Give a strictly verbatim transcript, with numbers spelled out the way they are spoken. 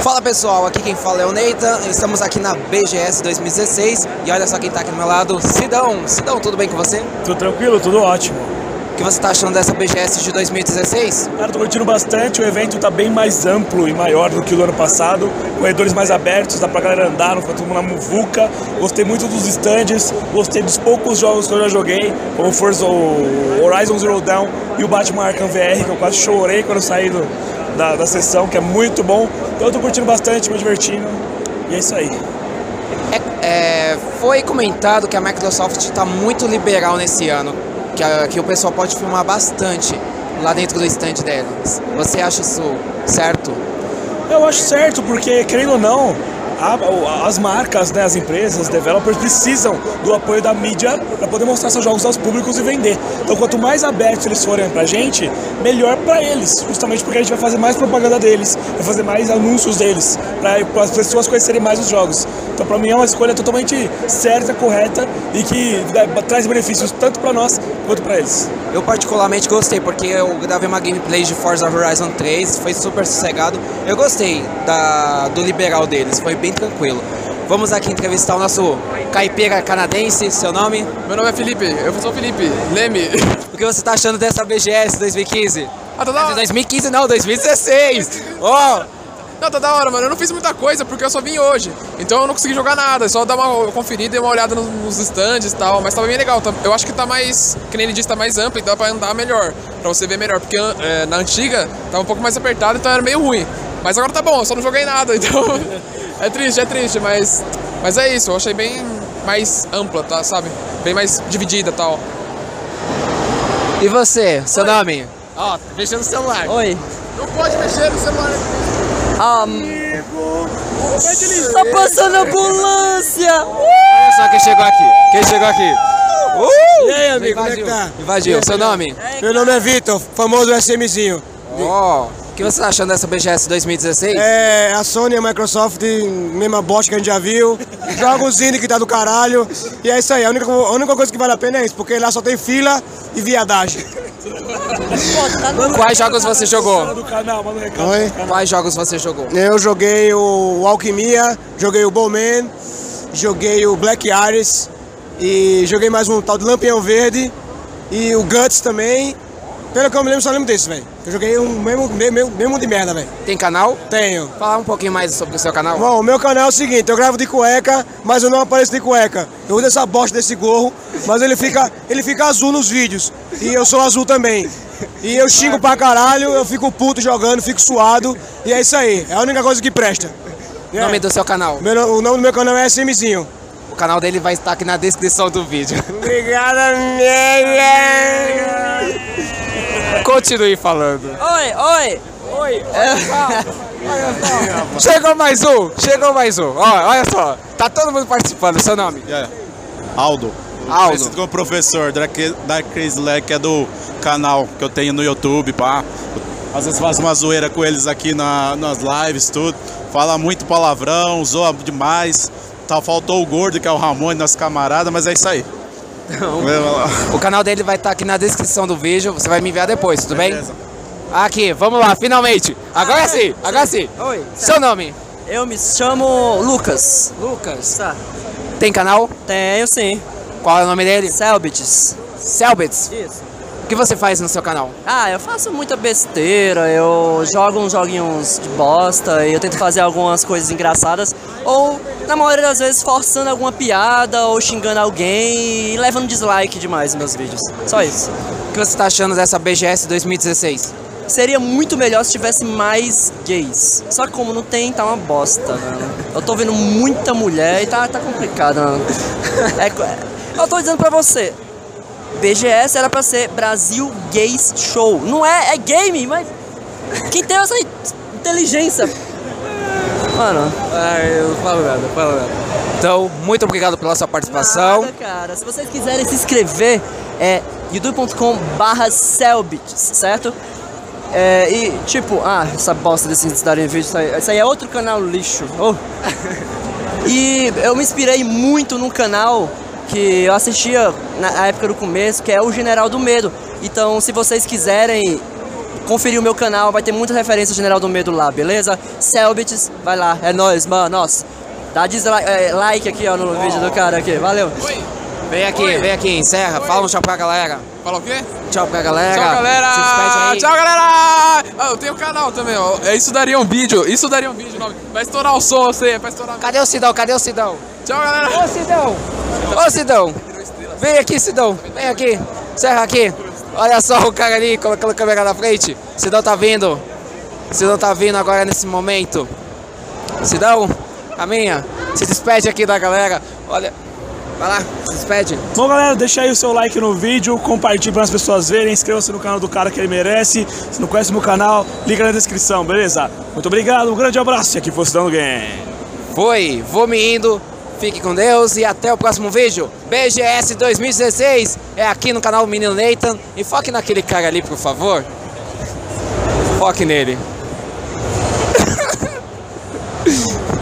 Fala pessoal, aqui quem fala é o Neita, estamos aqui na B G S dois mil e dezesseis e olha só quem tá aqui do meu lado, Sidão. Sidão, tudo bem com você? Tudo tranquilo, tudo ótimo. O que você tá achando dessa B G S de dois mil e dezesseis? Cara, tô curtindo bastante, o evento tá bem mais amplo e maior do que o do ano passado, corredores mais abertos, dá pra galera andar, não foi todo mundo na muvuca. Gostei muito dos stands, gostei dos poucos jogos que eu já joguei, como o Forza o Horizon Zero Dawn e o Batman Arkham V R, que eu quase chorei quando eu saí do, da, da sessão, que é muito bom. Então eu tô curtindo bastante, me divertindo, e é isso aí. É, é, foi comentado que a Microsoft está muito liberal nesse ano, que, a, que o pessoal pode filmar bastante lá dentro do stand deles. Você acha isso certo? Eu acho certo, porque, querendo ou não, a, as marcas, né, as empresas, os developers precisam do apoio da mídia para poder mostrar seus jogos aos públicos e vender. Então, quanto mais abertos eles forem pra gente, melhor pra eles, justamente porque a gente vai fazer mais propaganda deles, vai fazer mais anúncios deles, para as pessoas conhecerem mais os jogos. Então, pra mim é uma escolha totalmente certa, correta e que dá, traz benefícios tanto pra nós quanto pra eles. Eu particularmente gostei, porque eu gravei uma gameplay de Forza Horizon três, foi super sossegado. Eu gostei da, do liberal deles, foi bem tranquilo. Vamos aqui entrevistar o nosso caipira canadense, seu nome? Meu nome é Felipe, eu sou o Felipe Leme. O que você está achando dessa B G S dois mil e quinze? Ah, tá da hora. dois mil e quinze não, dois mil e dezesseis! Oh. Não, tá da hora, mano. Eu não fiz muita coisa porque eu só vim hoje. Então eu não consegui jogar nada, só dar uma conferida e uma olhada nos stands e tal. Mas tava bem legal. Eu acho que tá mais, que nem ele disse, tá mais amplo e dá pra andar melhor, pra você ver melhor. Porque é, na antiga tava um pouco mais apertado, então era meio ruim. Mas agora tá bom, eu só não joguei nada, então é triste, é triste, mas, mas é isso. Eu achei bem mais ampla, tá, sabe? Bem mais dividida e tal. E você, seu Oi. nome? Ó, tá mexendo no celular. Oi. Não pode mexer no celular. Um, tá passando ambulância! Olha só quem chegou aqui. Quem chegou aqui? Uh! E aí, amigo, como é Invadiu. que tá? Invadiu. Seu nome? Meu nome é Vitor, famoso SMzinho. Ó, o que você tá achando dessa B G S dois mil e dezesseis? É, a Sony e a Microsoft, mesma bosta que a gente já viu. Jogos indie que tá do caralho. E é isso aí, a única, a única coisa que vale a pena é isso, porque lá só tem fila e viadagem. Quais jogos você jogou? Do canal, manda um recado. Oi? Quais jogos você jogou? Eu joguei o Alquimia, joguei o Bowman, joguei o Black Iris e joguei mais um tal de Lampião Verde e o Guts também. Pelo que eu me lembro, só lembro desse, velho. Eu joguei um mesmo, mesmo, mesmo de merda, velho. Tem canal? Tenho. Falar um pouquinho mais sobre o seu canal. Bom, o meu canal é o seguinte, eu gravo de cueca, mas eu não apareço de cueca. Eu uso essa bosta desse gorro, mas ele fica, ele fica azul nos vídeos. E eu sou azul também. E eu xingo pra caralho, eu fico puto jogando, fico suado. E é isso aí, é a única coisa que presta. O nome do seu canal? Meu, o nome do meu canal é SMzinho. O canal dele vai estar aqui na descrição do vídeo. Obrigado, amiga. Continue falando. Oi, oi! Oi, chegou mais um, chegou mais um. Ó, olha só, tá todo mundo participando. Seu nome? Yeah. Aldo. Aldo. Conhecido como professor da Crazy Leg, que é do canal que eu tenho no YouTube, pá. Às vezes faço uma zoeira com eles aqui na, nas lives, tudo. Fala muito palavrão, zoa demais. Tá, faltou o gordo, que é o Ramon, nosso camarada, mas é isso aí. O canal dele vai estar aqui na descrição do vídeo, você vai me enviar depois, tudo Beleza. bem? Aqui, vamos lá, finalmente. Agora sim, agora sim. Oi. Seu nome? Eu me chamo Lucas. Lucas. Tá. Tem canal? Tenho sim. Qual é o nome dele? Selbits. Selbits. Isso. O que você faz no seu canal? Ah, eu faço muita besteira, eu jogo uns joguinhos de bosta e eu tento fazer algumas coisas engraçadas. Ou, na maioria das vezes, forçando alguma piada ou xingando alguém e levando dislike demais nos meus vídeos. Só isso. O que você tá achando dessa B G S dois mil e dezesseis? Seria muito melhor se tivesse mais gays. Só que como não tem, tá uma bosta, né? Eu tô vendo muita mulher e tá, tá complicado, né? É, eu tô dizendo pra você, B G S era pra ser Brasil Gays Show. Não é, é game, mas quem tem essa inteligência? Mano. Ai, eu não falo nada, não falo nada. Então, muito obrigado pela sua participação. Nada, cara. Se vocês quiserem se inscrever, é youtube ponto com barra selbits, certo? É, e tipo, ah, essa bosta desses darem vídeo, isso aí, isso aí é outro canal lixo. Oh. E eu me inspirei muito num canal que eu assistia na época do começo, que é o General do Medo. Então, se vocês quiserem conferir o meu canal, vai ter muita referência General do Medo lá, beleza? Selbits, vai lá, é nóis, mano, nossa. Dá dislike, é, like aqui, ó, no vídeo do cara aqui, valeu. Oi. Vem aqui, Oi. vem aqui, encerra. Oi. Fala um tchau pra galera. Fala o quê? Tchau pra galera. Tchau, galera! Se despede aí. Tchau, galera! Ah, eu tenho um canal também, ó. É, isso daria um vídeo. Isso daria um vídeo, nome. Vai estourar o som, eu sei, vai estourar. Cadê o Sidão? Cadê o Sidão? Tchau, galera! Ô, Sidão! Ô, Sidão! Vem aqui, Sidão. Vem aqui. Encerra aqui. Olha só o cara ali colocando a câmera na frente. Sidão tá vindo. Sidão tá vindo agora nesse momento. Sidão, caminha. Se despede aqui da galera. Olha. Vai lá, se despede. Bom, galera, deixa aí o seu like no vídeo, compartilhe para as pessoas verem, inscreva-se no canal do cara que ele merece. Se não conhece o meu canal, liga na descrição, beleza? Muito obrigado, um grande abraço e aqui foi o Cidadão Game. Foi, vou me indo. Fique com Deus e até o próximo vídeo. B G S dois mil e dezesseis é aqui no canal Menino Nathan. E foque naquele cara ali, por favor. Foque nele.